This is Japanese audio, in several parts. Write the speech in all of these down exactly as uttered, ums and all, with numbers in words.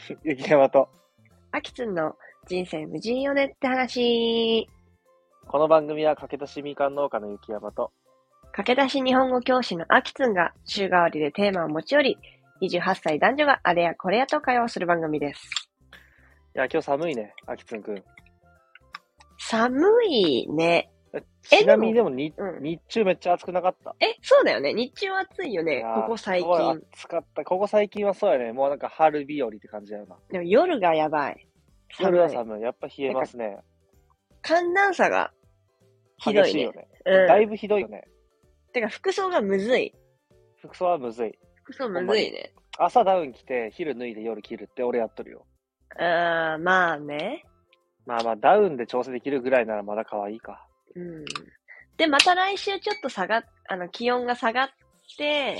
雪山と、 あきつんの人生無人よねって話。 この番組は駆け出しみかん農家の雪山と、 駆け出し日本語教師のあきつんが週替わりでテーマを持ち寄り、にじゅうはっさい男女があれやこれやと会話をする番組です。 いや、今日寒いね、あきつんくん。 寒いね。 ちなみにでもに、 うん、 日中めっちゃ暑くなかった？ え、そうだよね。日中は暑いよね、ここ最近。 暑かった。ここ最近はそうやね。もうなんか春日和って感じだよな。 でも夜がやばい。 夜は寒い。やっぱ冷えますね。 寒暖差がひどいね。 激しいよね。 うん、 だいぶひどいよね。 てか服装がむずい。 服装はむずい。 服装むずいね。 朝ダウン着て昼脱いで夜着るって俺やっとるよ。 あー、まあね。 まあまあダウンで調整できるぐらいならまだ可愛いか。 うん。で、また来週ちょっと下がっ、あの、気温が下がって、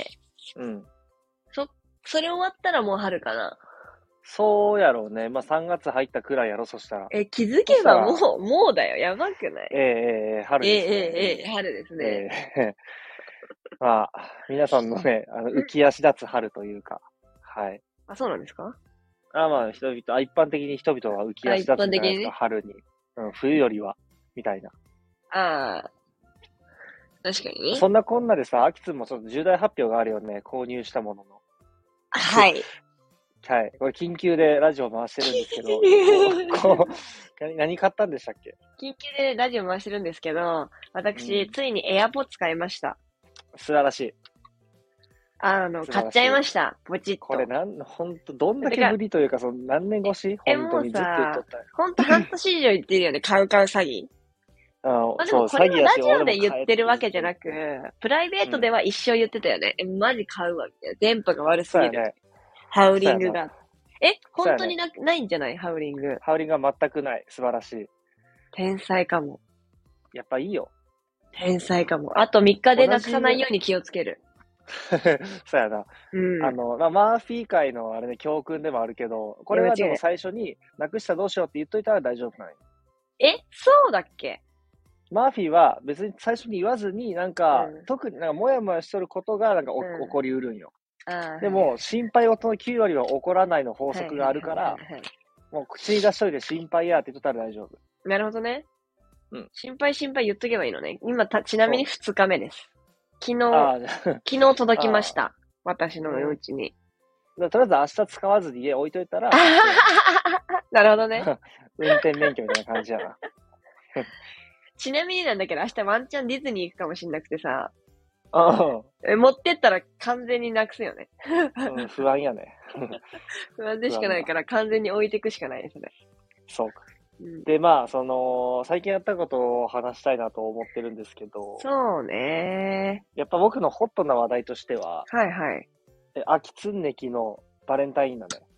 うん。 そ、それ終わったらもう春かな。 そうやろうね。まあさんがつ入ったくらいやろ、そしたら。 え、気づけばもう、もうだよ。やばくない？ ええええ春ですね。 ええええ春ですね。 ええまあ、皆さんのね、あの浮き足立つ春というか。はい。 あ、そうなんですか？ あまあ、人々、あ、一般的に人々は浮き足立つんじゃないですか、 ね、 春に。うん、冬よりは、みたいな。 ああ、確かにね。 そんなこんなでさ、アキツンもちょっと重大発表があるよね、購入したものの。 はい。 はい。これ緊急でラジオ回してるんですけど、こうこう何買ったんでしたっけ？ 緊急でラジオ回してるんですけど、私、うん、ついに AirPods 買いました。 素晴らしい。 あの、買っちゃいました。ポチッと。 これなん、ほんと、どんだけぶりというか、その何年越しえ、 本当にずっと言っとったよ。 ほんと半年以上言ってるよね、買う買う詐欺。 あまあ、でもこれはラジオで言ってるわけじゃなく、プライベートでは一生言ってたよね。うん、え、マジ買うわ、みたいな。電波が悪すぎる。ね、ハウリングが。え、本当にな、ね、ないんじゃないハウリング。 ハウリングは全くない。素晴らしい。 天才かも。 やっぱいいよ。 天才かも。あとみっかでなくさないように気をつける。 そうやな。 うん、 あの、まあ、マーフィー界のあれね、教訓でもあるけど、これはでも最初に、なくしたらどうしようって言っといたら大丈夫なんよ。 え、そうだっけ？ マーフィーは別に最初に言わずに、なんか、うん、特になんかもやもやしとることがなんか、うん、起こりうるんよ。でも、心配事のきゅうわりは起こらないの法則があるから、もう口に出しといて心配やって言ったら大丈夫。 なるほどね。 うん。 心配心配言っとけばいいのね。今た、ちなみにふつかめです。昨日、昨日届きました。私のうちに。 とりあえず明日使わずに家置いといたら。 なるほどね。 運転免許みたいな感じやな。 ちなみになんだけど、明日ワンチャンディズニー行くかもしんなくてさ。 ああ。持ってったら完全になくすよね。 うん、不安やね。 不安でしかないから完全に置いていくしかないですね。 そうか。うん、で、まあ、その、最近やったことを話したいなと思ってるんですけど。 そうね。 やっぱ僕のホットな話題としては。 はいはい。 え、秋つんねきのバレンタインだね。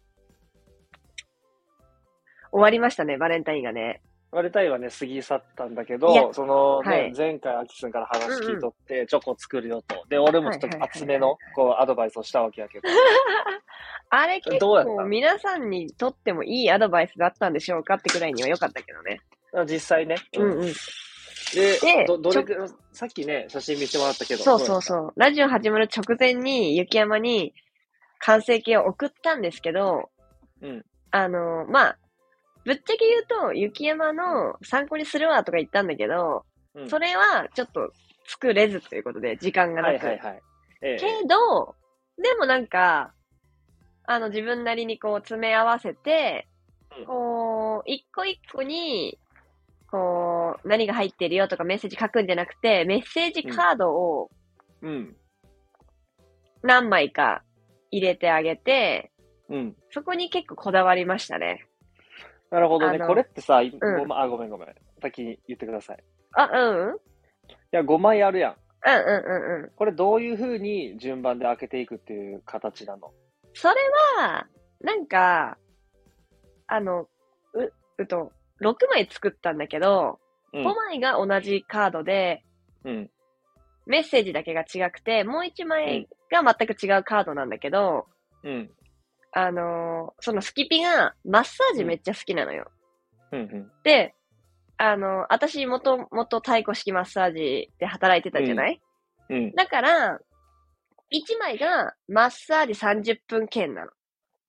終わりましたね、バレンタインがね。 バレンタインはね、過ぎ去ったんだけど、そのね、はい、前回、アキスンから話聞いとって、うんうん、チョコ作るよと。で、俺もちょっと厚めの、こう、アドバイスをしたわけやけど。 あれ結構皆さんにとってもいいアドバイスだったんでしょうかってくらいには良かったけどね。 実際ね。 うんうん。 で、でど、どれくらい、さっきね、写真見せてもらったけど。 そうそうそう。ラジオ始まる直前に、雪山に完成形を送ったんですけど、 うん。 あの、まあ、ぶっちゃけ言うと、雪山の参考にするわとか言ったんだけど、うん、それはちょっと作れずということで、時間がなく。 はいはいはい。ええ、 けど、でもなんか、あの自分なりにこう詰め合わせて、うん、こう、一個一個に、こう、何が入ってるよとかメッセージ書くんじゃなくて、メッセージカードを、 うん。 何枚か入れてあげて、 うん。 そこに結構こだわりましたね。 なるほどね。これってさ、うん、ごま、あ、ごめんごめん。先に言ってください。 あ、うん。 いや、ごまいあるやん。 うんうんうんうん。 これどういう風に順番で開けていくっていう形なの？ それは、なんか、あの、う、うと、ろくまい作ったんだけど、うん、ごまいが同じカードで、 うん、 メッセージだけが違くて、もういちまいが全く違うカードなんだけど、 うん、 あのー、そのスキピがマッサージめっちゃ好きなのよ。 うんうん、 で、あのー、私もともと太鼓式マッサージで働いてたじゃない、 うんうん、 だから、いちまいがマッサージさんじゅっぷん券なの。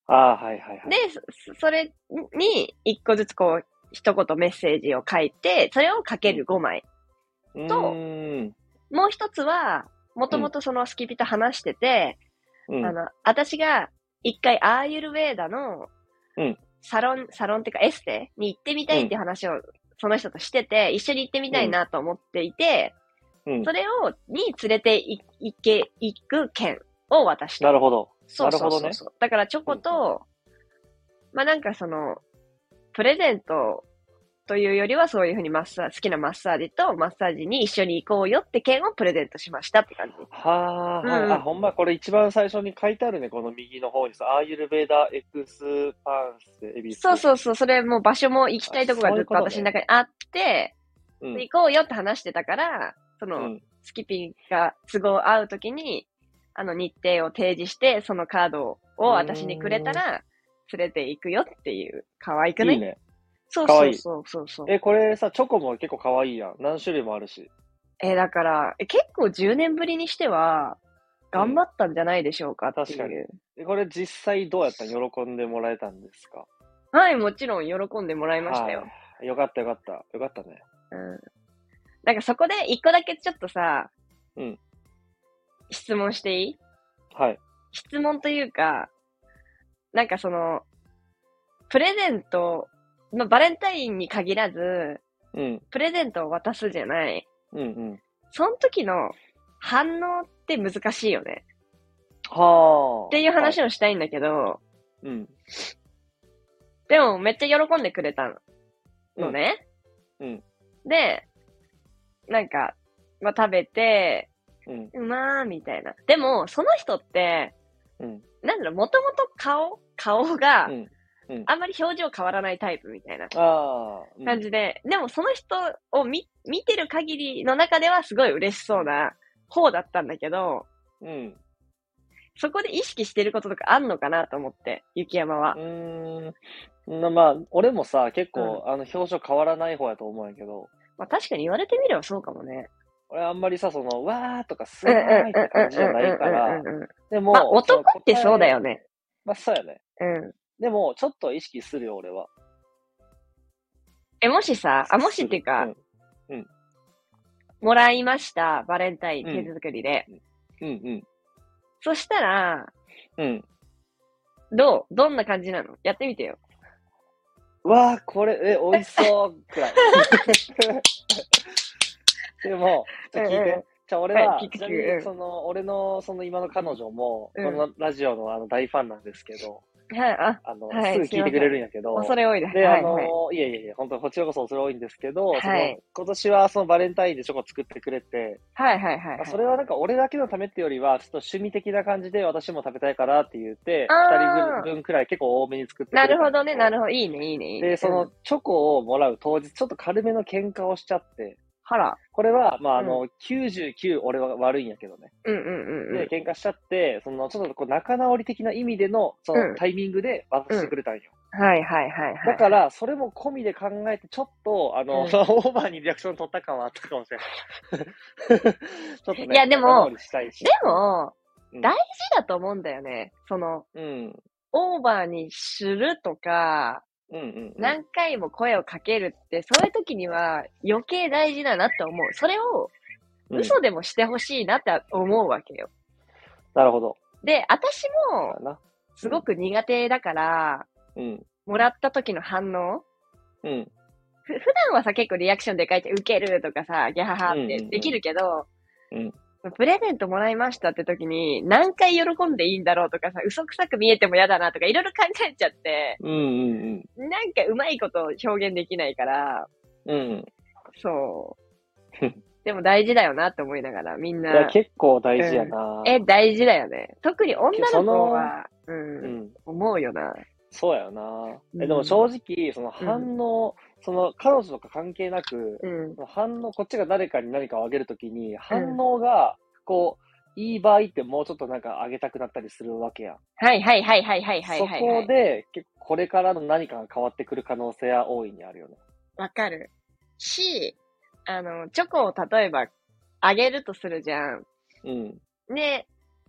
ああ、はいはいはい。 で、そそれに一個ずつこう、一言メッセージを書いて、それをかけるごまい。 うん、 と、 うーんもう一つは、もともとそのスキピと話してて、 うん、 あの、私が一回アーユルヴェーダのうん、 サロン、サロンっていうかエステに行ってみたいっていう話をその人としてて、一緒に行ってみたいなと思っていて、 うん。 それを、に連れていいけ、行く券を渡した。 なるほど。 そうそうそうそう。なるほどね。だからチョコと、まあ、なんかその、プレゼントというよりはそういうふうにマッサージ、好きなマッサージとマッサージに一緒に行こうよって券をプレゼントしましたって感じ。 はあ、 うんはい。あ、ほんま、これ一番最初に書いてあるね、この右の方にさ、アーユルベーダエクスパンスエビス。 そうそうそう、それもう場所も行きたいとこがずっと私の中にあって、 うん、 行こうよって話してたから、その、うん、スキピンが都合合うときに、あの日程を提示して、そのカードを私にくれたら、連れて行くよっていう、可愛くない？ いいね。 そうそうそうそうそう。 え、これさ、チョコも結構可愛いやん。何種類もあるし。 え、だから、え結構じゅうねんぶりにしては、頑張ったんじゃないでしょうかっていう。 確かに。これ実際どうやったの？喜んでもらえたんですか？ はい、もちろん喜んでもらいましたよ。 よかったよかった。よかったね。 うん。なんかそこで一個だけちょっとさ、 うん。 質問していい？ はい。 質問というか、なんかその、プレゼント、まあ、バレンタインに限らず、 うん。 プレゼントを渡すじゃない。 うんうん。 その時の反応って難しいよね。 はあ。 っていう話をしたいんだけど、はい、 うん。 でもめっちゃ喜んでくれたのね。 うん。うん、 で、なんか、まあ、食べて、うん、うまーみたいな。でも、その人って、うん、なんだろう、もともと顔顔が、うんうん、あんまり表情変わらないタイプみたいな感じで、うん、でもその人を見、見てる限りの中ではすごい嬉しそうな方だったんだけど、うん、そこで意識してることとかあんのかなと思って、雪山は。 うーん。まあ、俺もさ、結構、うん、あの、表情変わらない方やと思うんやけど。 まあ確かに言われてみればそうかもね。 俺あんまりさ、その、わーとかすごいって感じじゃないから、でも、 まあ男ってそうだよね。 まあそうやね。うん。でも、ちょっと意識するよ、俺は。 え、もしさ、あ、もしっていうか、うん。うん、もらいました、バレンタイン手作りで。うん、うん、うん。そしたら、うん。どうどんな感じなの？やってみてよ。 わー、これ、え、美味しそうくらい。でも、ちょっと聞いて。うんうん、じゃあ俺は、はい、ちなみに、その、俺の、その今の彼女も、うん、このラジオのあの大ファンなんですけど、はい、あ、あの、はい、すぐ聞いてくれるんやけど、 恐れ多いです。 で、 はい、 あの、はい、いやいやいや、本当こちらこそ恐れ多いんですけど、はい、その、今年はそのバレンタインでチョコ作ってくれて、 はいはいはい、はい。 それはなんか俺だけのためってよりは、ちょっと趣味的な感じで私も食べたいからって言って、二人分くらい結構多めに作ってくれた。 なるほどね、なるほど。いいね、いいね、いいね。 で、そのチョコをもらう当日、ちょっと軽めの喧嘩をしちゃって、 はら。 これは、まあ、あの、うん、きゅうじゅうきゅう俺は悪いんやけどね。 うんうんうん、うん。 で、喧嘩しちゃって、その、ちょっとこう仲直り的な意味での、その、タイミングで渡してくれたんよ。 うんうん、はいはいはいはい。 だから、それも込みで考えて、ちょっと、あの、うん、オーバーにリアクション取った感はあったかもしれない。ちょっとね、 いや、でも、でも、うん、大事だと思うんだよね。その、うん、オーバーにするとか、うんうんうん、何回も声をかけるって、そういう時には余計大事だなって思う。それを嘘でもしてほしいなって思うわけよ。 うん、なるほど。 で、私もすごく苦手だから、うん、もらった時の反応、うん、ふ普段はさ、結構リアクションでかいってウケるとかさ、ギャハハってできるけど、うんうんうんプレゼントもらいましたって時に、何回喜んでいいんだろうとかさ、嘘くさく見えても嫌だなとか、いろいろ考えちゃって、うんうんうん、なんかうまいこと表現できないから、うん、そう。でも大事だよなって思いながら、みんな。 いや、結構大事やな、 うん、え、大事だよね。特に女の子は、うん、うん、思うよな。 そうやよな。え、でも正直、その反応、うんその彼女とか関係なく、うん、反応、こっちが誰かに何かをあげるときに、反応が、こう、いい場合ってもうちょっとなんかあげたくなったりするわけやん。 はいはいはいはいはいはい、はい。 そこで、結構これからの何かが変わってくる可能性は大いにあるよね。 わかる。し、あの、チョコを例えばあげるとするじゃん。うん。で、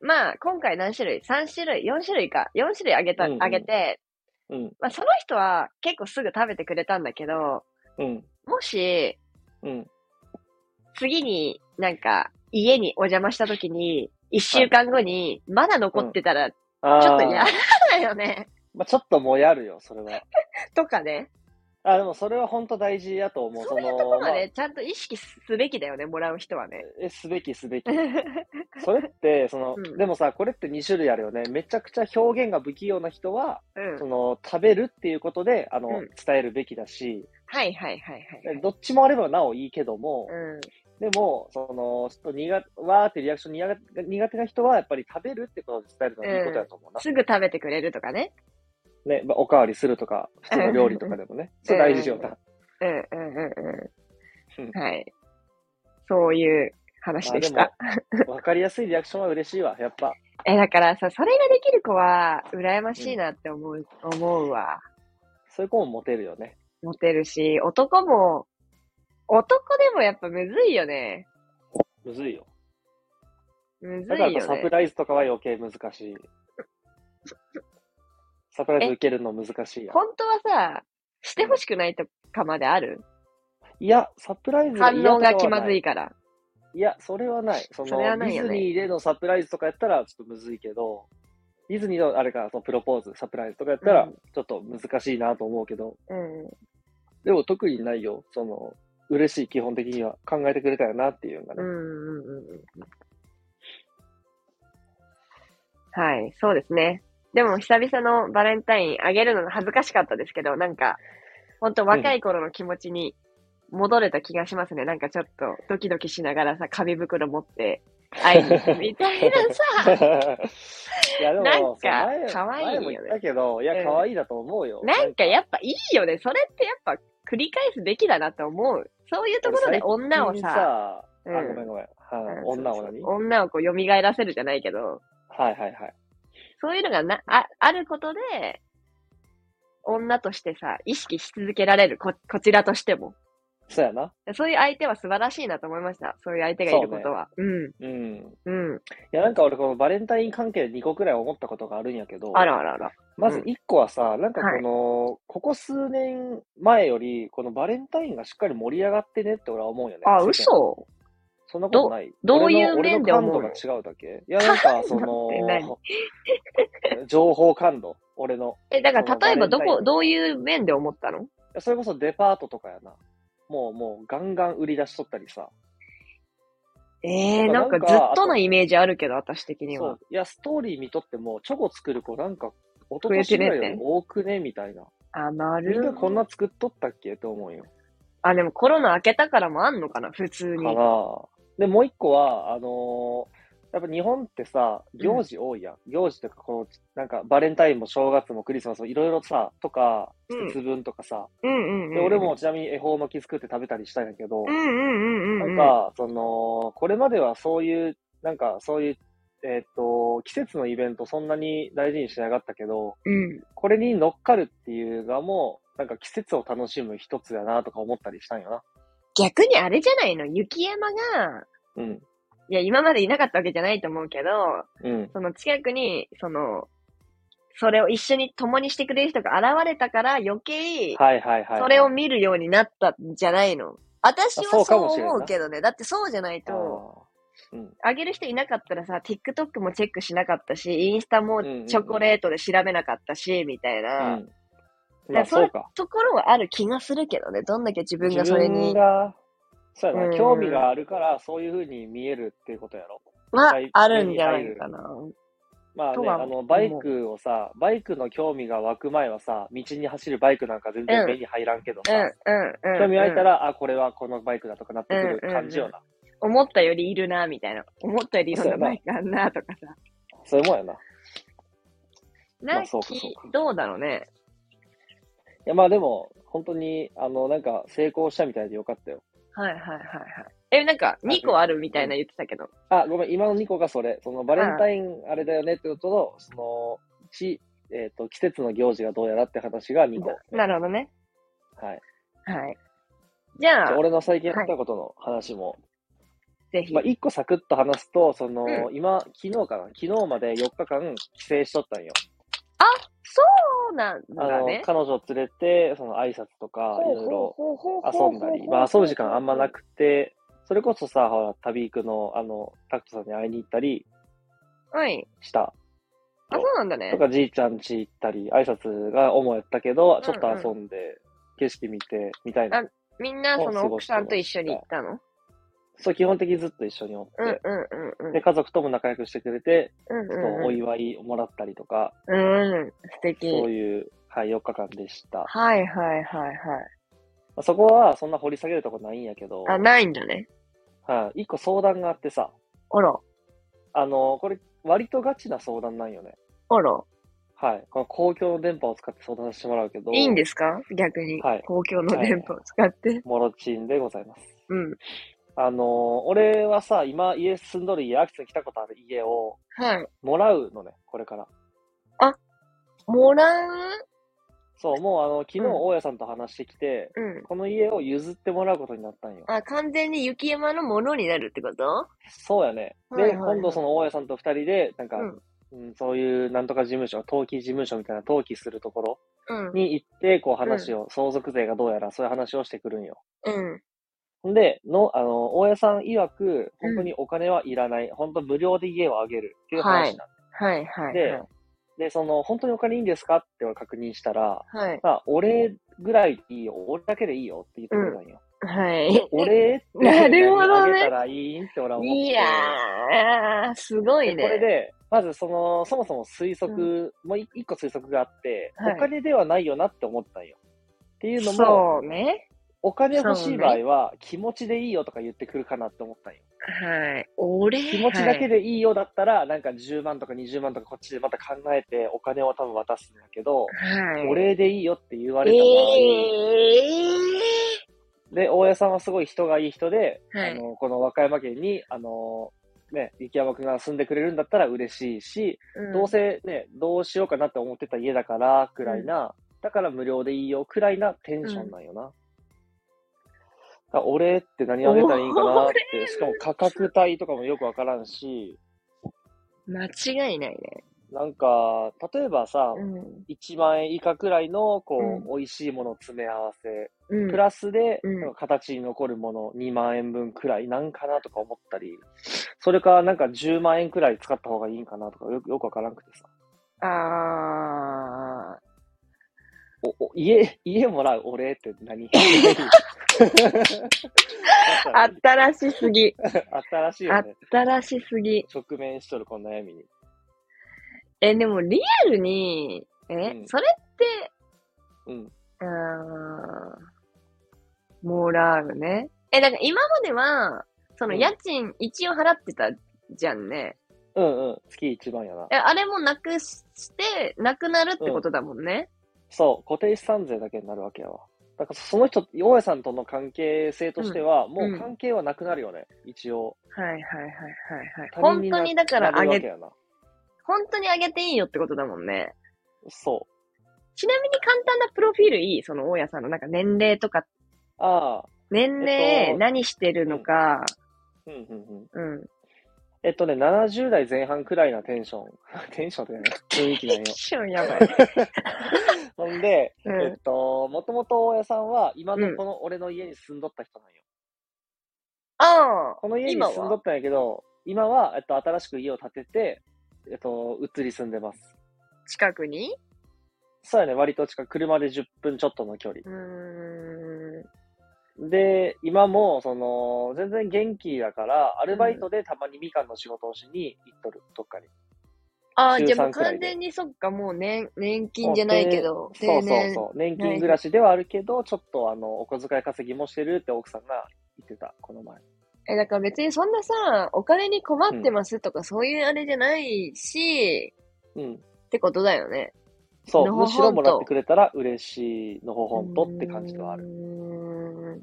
まあ、今回何種類 ?さん 種類 ?よん 種類か。よん種類あげた、うんうん、あげて、うん。まあ、その人は結構すぐ食べてくれたんだけど、うん。もし、うん。次になんか家にお邪魔した時に、一週間後にまだ残ってたら、ちょっと嫌だよね。 まあ、ちょっともやるよ、それは。 とかね。 あ、でもそれは本当大事やと思う。 そういうところはね、まあ、ちゃんと意識すべきだよね、もらう人はね。 え、すべきすべき。それって、その、うん、でもさ、これってに種類あるよね。めちゃくちゃ表現が不器用な人は、うん、その、食べるっていうことで、あの、うん、伝えるべきだし、 はいはいはいはい、はい。 どっちもあればなおいいけども、うん、でも、その、ちょっと苦、わーってリアクション苦手苦手な人は、やっぱり食べるってことで伝えるのはいいことだと思うな。 すぐ食べてくれるとかね。 ね、まあ、おかわりするとか、普通の料理とかでもね。それ大事よな。 うんうんうんうん。はい。そういう話でした。 わかりやすいリアクションは嬉しいわ、やっぱ。 え、だからさ、それができる子は、羨ましいなって思う、うん、思うわ。 そういう子もモテるよね。 モテるし、男も、男でもやっぱむずいよね。 むずいよ。 むずいよね。 だからサプライズとかは余計難しい。サプライズ受けるの難しいや。 本当はさ、してほしくないとかまである？ いや、サプライズが嫌とかはない。反応が気まずいから。 いや、それはない。その、それはないよね、ディズニーでのサプライズとかやったらちょっとむずいけど、ディズニーのあれか、そのプロポーズ、サプライズとかやったらちょっと難しいなと思うけど、うん、でも特にないよ。その、嬉しい、基本的には考えてくれたよなっていうのがね。うんうんうんうん。 はい、そうですね。でも久々のバレンタインあげるの恥ずかしかったですけど、なんか、ほんと若い頃の気持ちに戻れた気がしますね。うん、なんかちょっとドキドキしながらさ、紙袋持って会いに行くみたいなさ。 いやでも、 なんか、可愛いよね。前も言ったけど、いや、可愛いだと思うよ。 うん、なんかやっぱいいよね。それってやっぱ繰り返すべきだなと思う。そういうところで女をさ、 さうん、あ、ごめんごめん。はあ、女を何女をこう蘇らせるじゃないけど。 はいはいはい。 そういうのがな、あ、あることで、女としてさ、意識し続けられる、こ、こちらとしても。 そうやな。 そういう相手は素晴らしいなと思いました。そういう相手がいることは。うね、うん。うん。 うん。いや、なんか俺このバレンタイン関係でにこくらい思ったことがあるんやけど。 あらあらあら。 まずいっこはさ、うん、なんかこの、はい、ここ数年前より、このバレンタインがしっかり盛り上がってねって俺は思うよね。 あ、嘘？ そんなことない。 ど、どういう面で思うの？ 俺の感度が違うだけ？いや、なんか、その、情報感度俺の。 え、だから例えばどこ、どういう面で思ったの？ それこそデパートとかやな。もう、もう、ガンガン売り出しとったりさ。 ええー、なんかずっとのイメージあるけど、私的には。そう。 いや、ストーリー見とっても、チョコ作る子なんか、一昨年ぐらいより多くねみたいな。 あ、なるほど。 みんなこんな作っとったっけと思うよ。 あ、でもコロナ明けたからもあんのかな、普通に。 かな。で、もう一個は、あのー、やっぱ日本ってさ、行事多いやん。うん、行事とか、こう、なんか、バレンタインも正月もクリスマスもいろいろさ、とか、節分とかさ。うんうんうん、で、俺もちなみに恵方巻き作って食べたりしたんやけど、うんうんうんうん、なんか、その、これまではそういう、なんか、そういう、えっと、季節のイベントそんなに大事にしなかったけど、うん、これに乗っかるっていうのも、なんか季節を楽しむ一つやなとか思ったりしたんよな。 逆にあれじゃないの？雪山が、うん。いや、今までいなかったわけじゃないと思うけど、うん。その近くに、その、それを一緒に共にしてくれる人が現れたから余計、はいはいはい、はい。それを見るようになったんじゃないの？私はそう思うけどね。だってそうじゃないと、うん。あげる人いなかったらさ、TikTok もチェックしなかったし、インスタもチョコレートで調べなかったし、うんうんうん、みたいな。うんまあ、そういうところはある気がするけどね。どんだけ自分がそれに。自分が、 そうやな、うん、興味があるから、そういう風に見えるっていうことやろ。 まあ、あるんじゃないかな。 まあね、あの、バイクをさ、バイクの興味が湧く前はさ、道に走るバイクなんか全然目に入らんけどさ、うんうんうん、興味湧いたら、あ、これはこのバイクだとかなってくる感じよな。 うんうんうん、思ったよりいるな、みたいな。思ったよりいろんなバイクあんな、とかさ。 そういうもんやな。 なんか、まあ、どうだろうね。 いや、まあでも、本当に、あの、なんか、成功したみたいでよかったよ。 はいはいはいはい。え、なんか、にこあるみたいな言ってたけど。 あ、ごめん、今のにこがそれ。その、バレンタインあれだよねってことと、その、ち、えっ、ー、と、季節の行事がどうやらって話がにこ。 なるほどね。 はい。 はい。じゃあ、 じゃあ俺の最近やったことの話も。 ぜぜひ。 まあ、一個サクッと話すと、その、うん、今、昨日かな昨日までよっかかん帰省しとったんよ。 あ、そうなんだね。 あの、彼女を連れて、その挨拶とか、いろいろ遊んだり、まあ遊ぶ時間あんまなくて、それこそさ、ほら、旅行くの、あの、タクトさんに会いに行ったり、 はい。 した。 あ、そうなんだね。 とか、じいちゃん家行ったり、挨拶が主やったけど、ちょっと遊んで、うんうん、景色見て、みたいな。 あ、みんな、その奥さんと一緒に行ったの？ そう、基本的にずっと一緒におって、 うんうんうんうん、 で、家族とも仲良くしてくれて、 うんうんうん、 ちょっとお祝いをもらったりとか、 うん、素敵。 そういう、はい、よっかかんでした。 はいはいはいはい。 そこはそんな掘り下げるとこないんやけど。 あ、ないんだね。 はい、一個相談があってさ。 あら。 あの、これ、割とガチな相談なんよね。 あら。 はい。この公共の電波を使って相談してもらうけど。 いいんですか？逆に。はい。公共の電波を使って。はい、 モロチンでございます。 うん。 あの、俺はさ、今家住んどる家、アキスに来たことある家を、 はい。 もらうのね、これから。 あ、もらう？ そう、もうあの、昨日大家さんと話してきて、うん、この家を譲ってもらうことになったんよ。 あ、完全に雪山のものになるってこと？ そうやね。で、はいはいはい、今度その大家さんと二人で、なんか、うんうん、そういうなんとか事務所、登記事務所みたいな登記するところに行って、こう話を、うん、相続税がどうやらそういう話をしてくるんよ。うん。で、の、あの、大家さん曰く、本当にお金はいらない。うん、本当無料で家をあげるっていう話なんだ。はい、はい、はい。 で、で、その、本当にお金いいんですかって俺確認したら、はい。まあ、俺ぐらいでいいよ。俺だけでいいよって言ってくれたんよ。 うん、はい。 俺ってなるほどね。 あげたらいいんって俺は思って。 いやー、すごいね。 これで、まずその、そもそも推測、うん、もう一個推測があって、はい、お金ではないよなって思ったんよ。っていうのも、 そうね。 お金欲しい場合は、気持ちでいいよとか言ってくるかなって思ったんよ。 はい。俺気持ちだけでいいよだったら、はい、なんかじゅうまんとかにじゅうまんとかこっちでまた考えてお金を多分渡すんだけど、はい、お礼でいいよって言われた場合、えー、で、大家さんはすごい人がいい人で、はい、あの、この和歌山県に、あの、ね、雪山くんが住んでくれるんだったら嬉しいし、うん、どうせね、どうしようかなって思ってた家だから、くらいな、うん、だから無料でいいよ、くらいなテンションなんよな。うん俺って何あげたらいいかなって、しかも価格帯とかもよくわからんし。 間違いないね。 なんか、例えばさ、うん、いちまんえん以下くらいの、こう、うん、美味しいもの詰め合わせ、うん、プラスで、うん、形に残るものにまんえんぶんくらいなんかなとか思ったり、それかなんかじゅうまんえんくらい使った方がいいんかなとかよく、よくわからんくてさ。 あー。 お、お、家、家もらうお礼って何新しすぎ。 新しいよね。 新しすぎ。 直面しとるこの悩みに。 え、でもリアルに、え、うん、それって、 うん。 あー、もらうね。え、だから今までは、その家賃一応払ってたじゃんね。 うんうん。月一番やな。 え、あれもなくして、なくなるってことだもんね。 うん、そう。固定資産税だけになるわけやわ。だからその人、大家さんとの関係性としては、うん、もう関係はなくなるよね、うん、一応。 はいはいはいはいはい。本当にだからあげ、本当にあげていいよってことだもんね。 そう。 ちなみに簡単なプロフィールいい？その大家さんのなんか年齢とか。 ああ。 年齢、えっと、何してるのか。 うん、うん、うん。うん。えっとね、ななじゅうだいぜん半くらいなテンション。テンションってね、雰囲気なんよ。 テンションやばい。 ほんで、うん、えっと、もともと大家さんは、今のこの俺の家に住んどった人なんよ。 ああ。 この家に住んどったんやけど、今は、えっと、新しく家を建てて、えっと、移り住んでます。 近くに？ そうやね、割と近く、車でじゅっぷんちょっとの距離。 うーん。で、今も、その、全然元気だから、アルバイトでたまにみかんの仕事をしに行っとる、どっかに。 ああ、じゃあもう完全にそっか、もう年、年金じゃないけど、 そうそうそう。年金暮らしではあるけど、ちょっとあの、お小遣い稼ぎもしてるって奥さんが言ってた、この前。 え、だから別にそんなさ、お金に困ってますとか、そういうあれじゃないし、 うん。 ってことだよね。 そう、むしろもらってくれたら嬉しいのほほんとって感じがある。 うーん。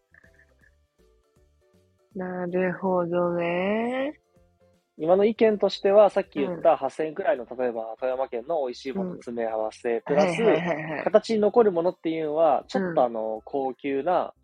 なるほどね。 今の意見としては、さっき言ったはっせんえんくらいの、例えば富山県の美味しいもの詰め合わせ、プラス、形に残るものっていうのは、ちょっとあの、高級な、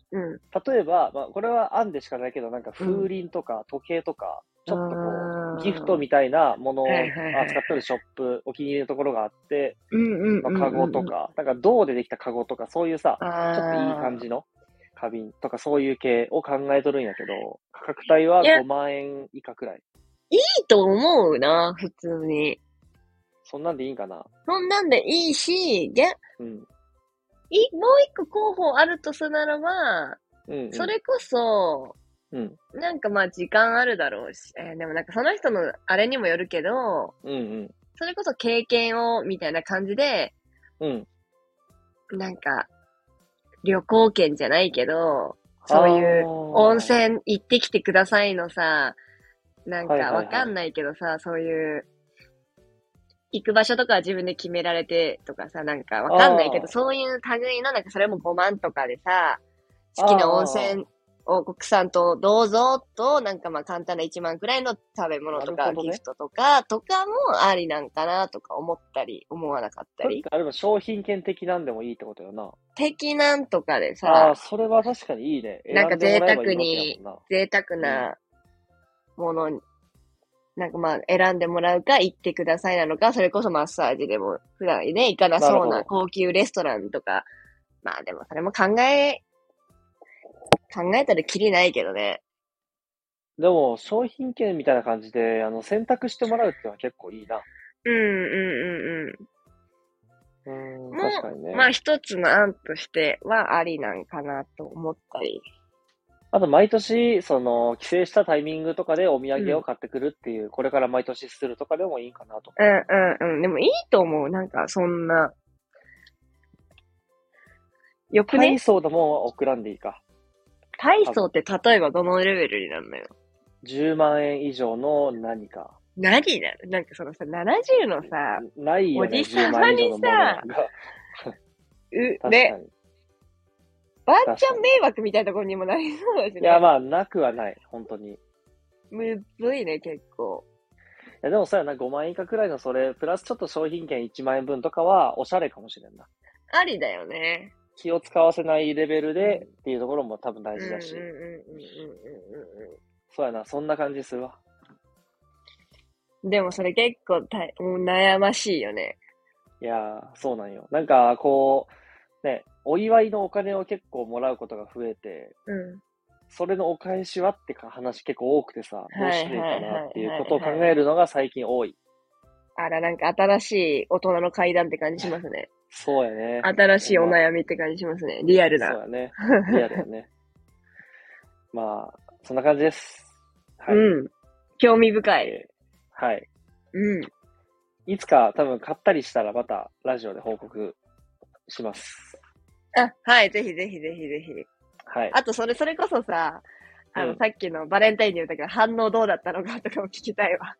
うん。 例えば、まあ、これは案でしかないけど、なんか風鈴とか時計とか、ちょっとこう、ギフトみたいなものを扱ってるショップ、お気に入りのところがあって、まあ、カゴとか、なんか銅でできたカゴとか、そういうさ、ちょっといい感じの花瓶とかそういう系を考えとるんやけど、価格帯はごまんえん以下くらい。 いいと思うな、普通に。 そんなんでいいんかな？ そんなんでいいし、げ、うん。い、もう一個候補あるとするならば、うんうん、それこそ、うん、なんかまあ時間あるだろうし、えー、でもなんかその人のあれにもよるけど、うんうん、それこそ経験をみたいな感じで、うん、なんか旅行券じゃないけど、そういう温泉行ってきてくださいのさ、なんかわかんないけどさ、はいはいはい、そういう行く場所とかは自分で決められてとかさ、なんかわかんないけど、そういう類のなんかそれもごまんとかでさ、好きな温泉を国産とどうぞと、なんかまあ簡単ないちまんくらいの食べ物とか、ね、ギフトとか、とかもありなんかなとか思ったり、思わなかったり。 あれも商品券的なんでもいいってことよな。 的なんとかでさ。 ああ、それは確かにいいね。 なんか贅沢に、贅沢なものに、うんなんかまあ選んでもらうか行ってくださいなのか、それこそマッサージでも普段ね、行かなそうな高級レストランとか。まあでもそれも考え、考えたらキリないけどね。 でも商品券みたいな感じで、あの、選択してもらうってのは結構いいな。 うんうんうんうん。うん、確かにね。 まあ一つの案としてはありなんかなと思ったり。 あと、毎年、その、帰省したタイミングとかでお土産を買ってくるっていう、うん、これから毎年するとかでもいいかなと。 うんうんうん。でもいいと思う。なんか、そんな。 よくね。体操でも送らんでいいか。 体操って例えばどのレベルになるのよ。 じゅうまんえん以上の何か。 何なのなんかそのさ、ななじゅうのさ、 ないよね、 おじさまにさ、う、ね。ワンチャン迷惑みたいなところにもなりそうだしね。 いや、まあ、なくはない、本当に。 むずいね、結構。 いや、でもそうやな、ごまんえん以下くらいのそれ、プラスちょっと商品券いちまんえん分とかは、おしゃれかもしれんな。 ありだよね。 気を使わせないレベルで、っていうところも多分大事だし。そうやな、そんな感じするわ。 でもそれ結構たもう悩ましいよね。 いやー、そうなんよ。なんか、こう、ね、お祝いのお金を結構もらうことが増えて、うん、それのお返しはってか話結構多くてさ、どうしていいかなっていうことを考えるのが最近多い。 あら、なんか新しい大人の階段って感じしますね。 そうやね。 新しいお悩みって感じしますね。リアルな。 そうやね。リアルやね。まあ、そんな感じです。 はい。うん。興味深い。えー、はい。うん。いつか多分買ったりしたらまたラジオで報告します。 あ、はい、ぜひぜひぜひぜひ。はい。あと、それ、それこそさ、あの、うん、さっきのバレンタインで言ったけど、反応どうだったのかとかも聞きたいわ。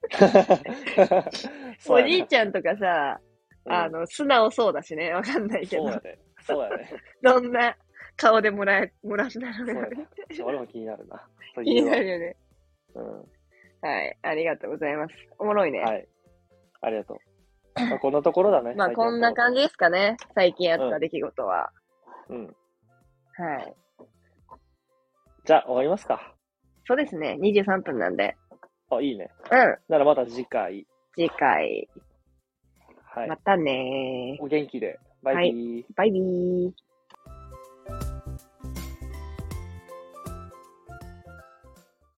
おじいちゃんとかさ、あの、うん、素直そうだしね、わかんないけど。 そうやね。そうやね。 どんな顔でもらえ、もらったのか。 俺も気になるな。 気になるよね。うん。はい。ありがとうございます。おもろいね。 はい。ありがとう。まあ、こんなところだね。 まあ、こんな感じですかね。最近あった出来事は。うん。うん、はい。 じゃあ、終わりますか。 そうですね。にじゅうさんぷんなんで。 あ、いいね。 うん。 ならまた次回。 次回。 はい。 またねー。お元気で。バイビー。 はい、バイビー。